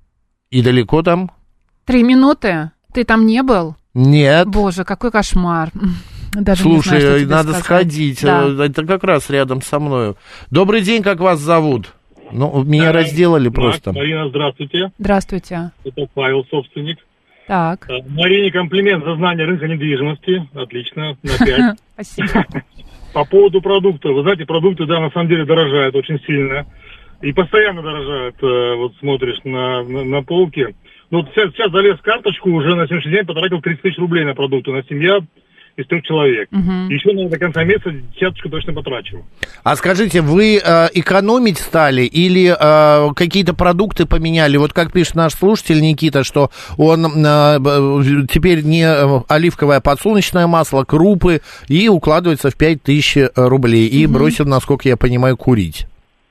И далеко там? Три минуты? Ты там не был? Нет. Боже, какой кошмар. Даже слушай, не знаю, что тебе надо сказать. сходить. Да. Это как раз рядом со мною. Добрый день, как вас зовут? Ну, меня да, разделали Марк, просто. Марина, здравствуйте. Здравствуйте. Это Павел, собственник. Так. Марине комплимент за знание рынка недвижимости. Отлично, на пять. Спасибо. По поводу продуктов. Вы знаете, продукты, да, на самом деле дорожают очень сильно. И постоянно дорожают. Вот смотришь на, на, на полке. Ну, вот сейчас, сейчас залез в карточку, уже на сегодняшний день потратил тридцать тысяч рублей на продукты. На семья из трех человек. Угу. Еще, наверное, до конца месяца десяточку точно потрачу. А скажите, вы э, экономить стали или э, какие-то продукты поменяли? Вот как пишет наш слушатель Никита, что он э, теперь не оливковое, а подсолнечное масло, крупы, и укладывается в пять тысяч рублей. И угу. бросил, насколько я понимаю, курить.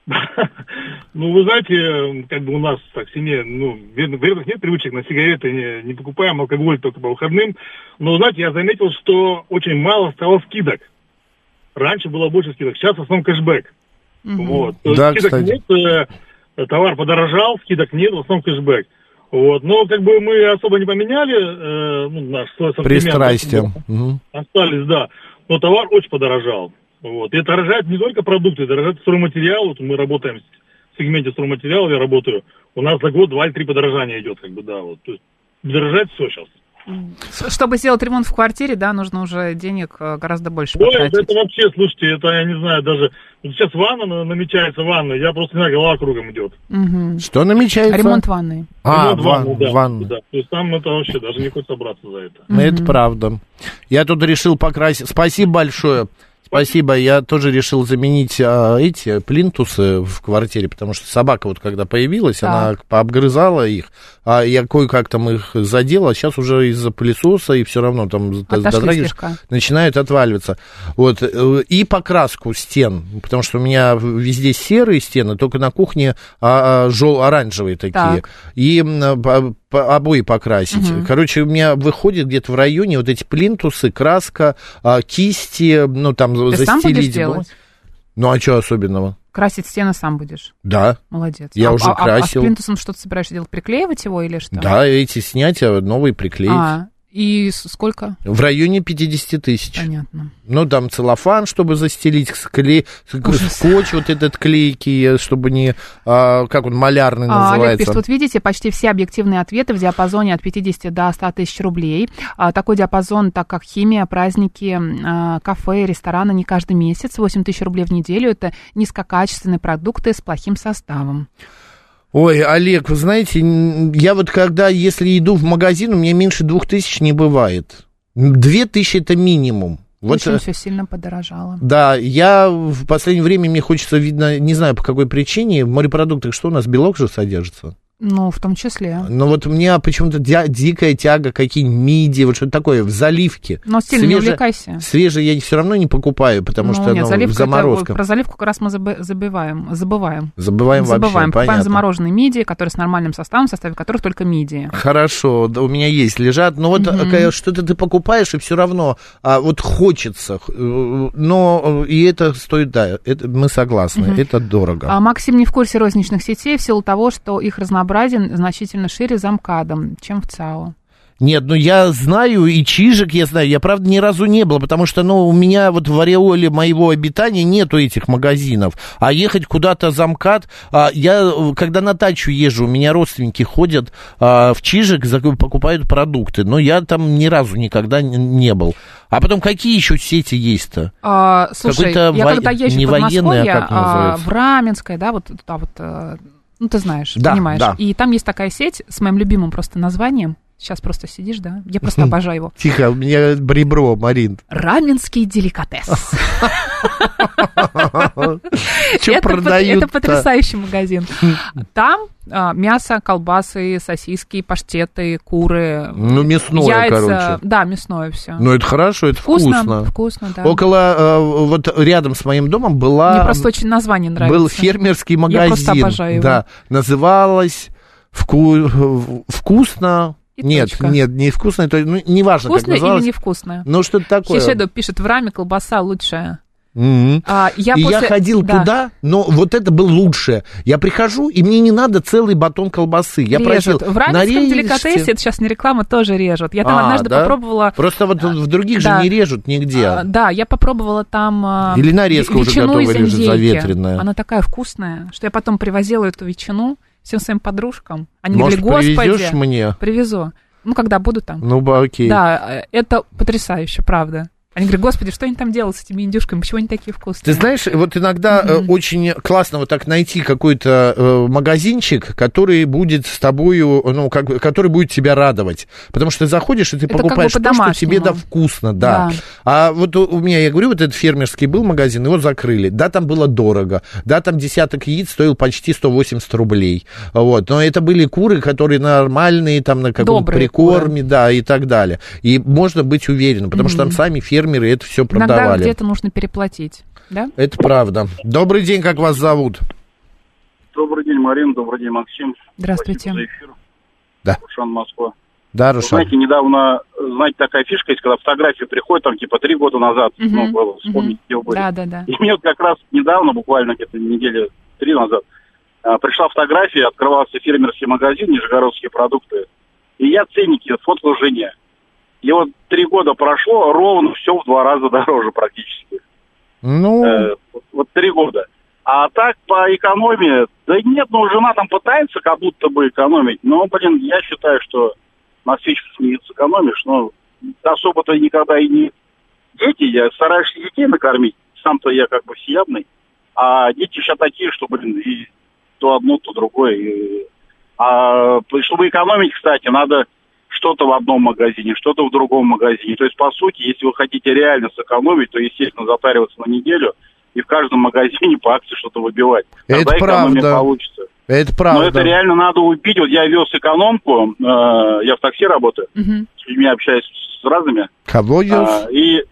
Ну, вы знаете, как бы у нас так в семье, ну, верных нет привычек, на сигареты не, не покупаем, алкоголь только по выходным. Но, знаете, я заметил, что очень мало стало скидок. Раньше было больше скидок, сейчас в основном кэшбэк. Mm-hmm. Вот. Да, скидок кстати. Нет, э, товар подорожал, скидок нет, в основном кэшбэк. Вот. Но как бы мы особо не поменяли э, ну, наш свой ассортимент. Пристрастие. Mm-hmm. Остались, да. Но товар очень подорожал. Вот. И дорожают не только продукты, дорожают стройматериал. Вот мы работаем в сегменте стройматериалов, я работаю. У нас за год два или три подорожания идет, как бы, да. Вот. То есть дорожает все сейчас. Чтобы сделать ремонт в квартире, да, нужно уже денег гораздо больше Ой, потратить. это вообще, слушайте, это, я не знаю, даже... Вот сейчас ванна намечается, ванна, я просто не знаю, голова кругом идет. Угу. Что намечается? Ремонт ванны. А, Ремонт ван, ванны, да, ванна. да. То есть там это вообще даже не хочется браться за это. Угу. Это правда. Я тут решил покрасить... Спасибо большое. Спасибо, я тоже решил заменить а, эти плинтусы в квартире, потому что собака вот когда появилась, так. она пообгрызала их, а я кое-как там их задел, а сейчас уже из-за пылесоса и все равно там дотрагиваешь, начинают отваливаться. Вот, и покраску стен, потому что у меня везде серые стены, только на кухне а, а, жел, оранжевые такие. Так. И а, обои покрасить. Угу. Короче, у меня выходит где-то в районе вот эти плинтусы, краска, а, кисти, ну там ты застелить. Сам будешь делать? Ну, а что особенного? Красить стены сам будешь? Да. Молодец. Я а, уже а, красил. А с плинтусом что ты собираешься делать? Приклеивать его или что? Да, эти снять, а новые приклеить. А, и сколько? В районе пятьдесят тысяч. Понятно. Ну, там целлофан, чтобы застелить, склей, скотч вот этот клейкий, чтобы не, а, как он, малярный а, называется. Олег пишет, вот видите, почти все объективные ответы в диапазоне от пятидесяти до ста тысяч рублей. А, такой диапазон, так как химия, праздники, а, кафе, рестораны не каждый месяц, восемь тысяч рублей в неделю, это низкокачественные продукты с плохим составом. Ой, Олег, вы знаете, я вот когда, если иду в магазин, у меня меньше двух тысяч не бывает. Две тысячи это минимум. Вот, очень все сильно подорожало. Да, я в последнее время, мне хочется, видно, не знаю по какой причине, в морепродуктах что у нас, белок же содержится? Ну, в том числе. Но вот у меня почему-то ди- дикая тяга, какие-нибудь мидии, вот что-то такое, в заливке. Но сильно Свеже, не увлекайся. Свежие я все равно не покупаю, потому ну, что нет, ну, в заморозках. Это, про заливку как раз мы забываем. Забываем. Забываем вообще, Забываем. Покупаем понятно. замороженные мидии, которые с нормальным составом, в составе которых только мидии. Хорошо, да, у меня есть, лежат. Но вот mm-hmm. что-то ты покупаешь, и все равно а, вот хочется. Но и это стоит, да, это, мы согласны, mm-hmm. это дорого. А Максим не в курсе розничных сетей в силу того, что их разнообразие значительно шире за МКАДом, чем в ЦАО. Нет, ну я знаю, и Чижик я знаю, я, правда, ни разу не был, потому что, ну, у меня вот в ореоле моего обитания нету этих магазинов, а ехать куда-то за МКАД, а, я, когда на дачу езжу, у меня родственники ходят а, в Чижик, покупают продукты, но я там ни разу никогда не был. А потом, какие еще сети есть-то? А, слушай, Какой-то я во... когда езжу не в военный, Подмосковье, а как называется? в Раменское, да, вот туда вот... Ну, ты знаешь, да, понимаешь. Да. И там есть такая сеть с моим любимым просто названием. Сейчас просто сидишь, да? Я просто обожаю его. Тихо, у меня ребро, Марин. Раменский деликатес. Что продают? Это потрясающий магазин. Там мясо, колбасы, сосиски, паштеты, куры. Ну, мясное, короче. Да, мясное все. Ну, это хорошо, это вкусно. Вкусно, да. Около, вот рядом с моим домом была... Мне просто очень название нравится. Был фермерский магазин. Я просто обожаю его. Да, называлось «Вкусно». И нет, точка. нет, не вкусное, то, ну, неважно, вкусное как называлось. Или невкусное? Ну, что-то такое. Хишедо пишет, в Раме колбаса лучшая. Mm-hmm. А, я и после... я ходил да. туда, но вот это было лучшее. Я прихожу, и мне не надо целый батон колбасы. Я режут. просил, в Раменском нарежьте. деликатесе, это сейчас не реклама, тоже режут. Я там а, однажды да? попробовала... Просто вот в других да. же не режут нигде. А, да, я попробовала там... Или нарезка уже готова режет, заветренная. Она такая вкусная, что я потом привозила эту ветчину всем своим подружкам. Они Может, говорили, господи... привезешь мне? Привезу. Ну, когда буду там. Ну, окей. Да, это потрясающе, правда. Они говорят, господи, что они там делают с этими индюшками, почему они такие вкусные? Ты знаешь, вот иногда mm-hmm. очень классно вот так найти какой-то э, магазинчик, который будет с тобою, ну, как, который будет тебя радовать. Потому что ты заходишь, и ты это покупаешь как бы то, что тебе да вкусно, да. да. А вот у меня, я говорю, вот этот фермерский был магазин, его закрыли. Да, там было дорого. Да, там десяток яиц стоил почти сто восемьдесят рублей. Вот. Но это были куры, которые нормальные, там на каком-то прикорме, куры. Да, и так далее. И можно быть уверенным, потому mm-hmm. что там сами фермеры Фермеры это все продавали. Иногда где-то нужно переплатить, да? Это правда. Добрый день, как вас зовут? Добрый день, Марина, добрый день, Максим. Здравствуйте. Спасибо за эфир. Да. Рушан, Москва. Да, Рушан. Знаете, недавно, знаете, такая фишка есть, когда фотографии приходят, там, типа, три года назад, uh-huh. ну, было, вспомните, где вы были. Да, да, да. И мне вот как раз недавно, буквально где-то недели три назад, пришла фотография, открывался фермерский магазин, нижегородские продукты, и я ценники фоткал жене. И вот три года прошло, ровно все в два раза дороже практически. Ну... Э, вот, вот три года. А так по экономии, да нет, ну жена там пытается как будто бы экономить, но, блин, я считаю, что на свечках не сэкономишь, но особо-то никогда и не... Дети, я стараюсь детей накормить, сам-то я как бы всеядный, а дети сейчас такие, что, блин, и то одно, то другое. И... А чтобы экономить, кстати, надо... что-то в одном магазине, что-то в другом магазине. То есть, по сути, если вы хотите реально сэкономить, то, естественно, затариваться на неделю и в каждом магазине по акции что-то выбивать. Это Тогда экономия правда. получится. Это правда. Но это реально надо убить. Вот я вез экономку, э, я в такси работаю, угу. с людьми общаюсь с разными. Кого вез? А, и...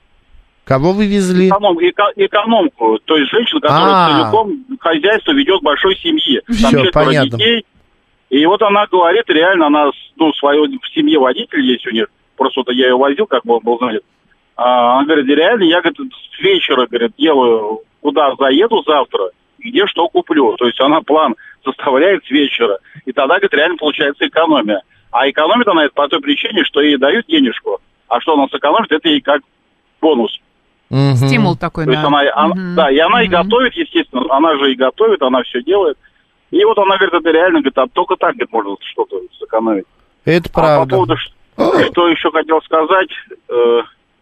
Кого вы везли? Эконом, эко, экономку, то есть женщина, которая А-а-а. целиком хозяйство ведет большой семьи. Там Все, понятно. Детей. И вот она говорит, реально, она, ну, свою, в семье водитель есть у них, просто вот я ее возил, как бы он был занят. А, она говорит, реально, я, говорит, с вечера, говорит, делаю, куда заеду завтра, где что куплю. То есть она план составляет с вечера. И тогда, говорит, реально получается экономия. А экономит она это по той причине, что ей дают денежку. А что она сэкономит, это ей как бонус. Угу. Стимул такой, То да. есть она, она, угу. да, и она угу. и готовит, естественно, она же и готовит, она все делает. И вот она говорит, это реально, говорит, а только так, говорит, можно что-то сэкономить. Это а правда. по поводу, что еще хотел сказать... Э,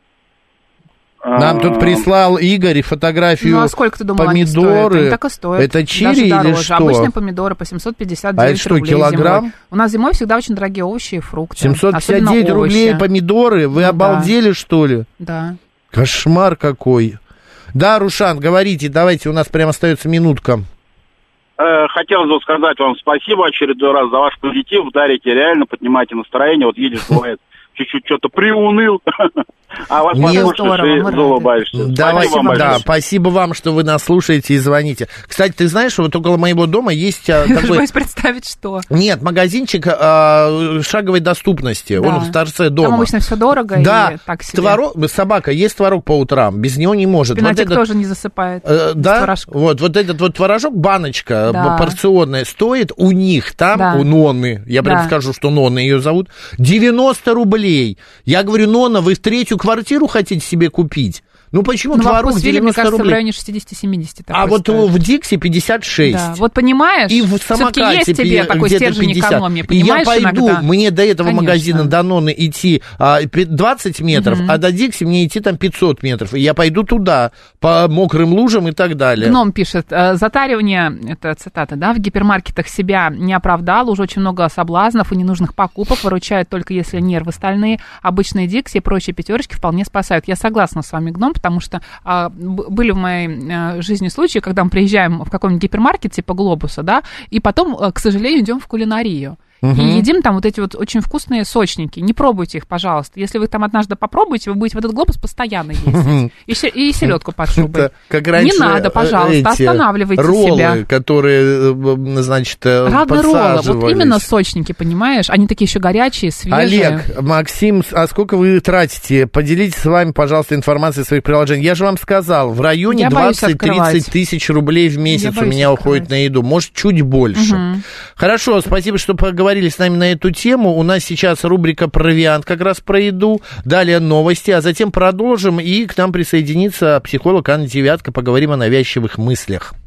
Нам э, тут прислал Игорь фотографию ну, а сколько ты думал, помидоры. Они так и стоят. Это чири или дороже. что? Обычные помидоры по семьсот пятьдесят девять а это что, рублей килограмм? Зимой. У нас зимой всегда очень дорогие овощи и фрукты. семьсот пятьдесят девять рублей помидоры? Вы ну, обалдели, да. что ли? Да. Кошмар какой. Да, Рушан, говорите, давайте, у нас прям остается минутка. Хотелось бы сказать вам спасибо очередной раз за ваш позитив. Дарите реально, поднимаете настроение. Вот едешь, бывает, чуть-чуть что-то приуныл, а вас послушаешь и улыбаешься. Давай, спасибо вам, да, спасибо вам, что вы нас слушаете и звоните. Кстати, ты знаешь, вот около моего дома есть такой... Я боюсь представить, что... Нет, магазинчик э, шаговой доступности. Да. Он в торце дома. Там обычно все дорого да. и так себе. Творог, собака, есть творог по утрам, без него не может. Шпинатик вот этот, тоже не засыпает. Э, да, вот, вот этот вот творожок, баночка да. порционная, стоит у них там, да. у Нонны, я прям да. скажу, что Нонна ее зовут, девяносто рублей. Я говорю, Нонна, вы в третью квартиру хотите себе купить? Ну, почему ну, творог девяносто мне кажется, рублей? В районе шестьдесят-семьдесят. А вот стоит. В Дикси пятьдесят шесть. Да. Вот понимаешь, и в самокате есть тебе такой стержень экономии, понимаешь, я пойду, иногда? Мне до этого Конечно. магазина до Нонны идти а, двадцать метров, угу. а до Дикси мне идти там пятьсот метров. И я пойду туда, по мокрым лужам и так далее. Гном пишет, затаривание, это цитата, да, в гипермаркетах себя не оправдало, уже очень много соблазнов и ненужных покупок, выручают только если нервы стальные. Обычные Дикси и прочие пятерочки вполне спасают. Я согласна с вами, Гном, потому что были в моей жизни случаи, когда мы приезжаем в какой-нибудь гипермаркет типа Глобуса, да, и потом, к сожалению, идем в кулинарию. Угу. И едим там вот эти вот очень вкусные сочники. Не пробуйте их, пожалуйста. Если вы там однажды попробуете, вы будете в этот глобус постоянно ездить. И, и селедку под шубой. Как раньше, не надо, пожалуйста, эти останавливайте роллы, себя. Которые, значит, Радные роллы. Вот именно сочники, понимаешь? Они такие еще горячие, свежие. Олег, Максим, а сколько вы тратите? Поделитесь с вами, пожалуйста, информацией своих приложений. Я же вам сказал, в районе двадцать-тридцать тысяч рублей в месяц у меня уходит на еду. Может, чуть больше. Угу. Хорошо, спасибо, что поговорили. Говорили с нами на эту тему. У нас сейчас рубрика «Провиант» как раз про еду. Далее новости, а затем продолжим. И к нам присоединится психолог Анна Девятка. Поговорим о навязчивых мыслях.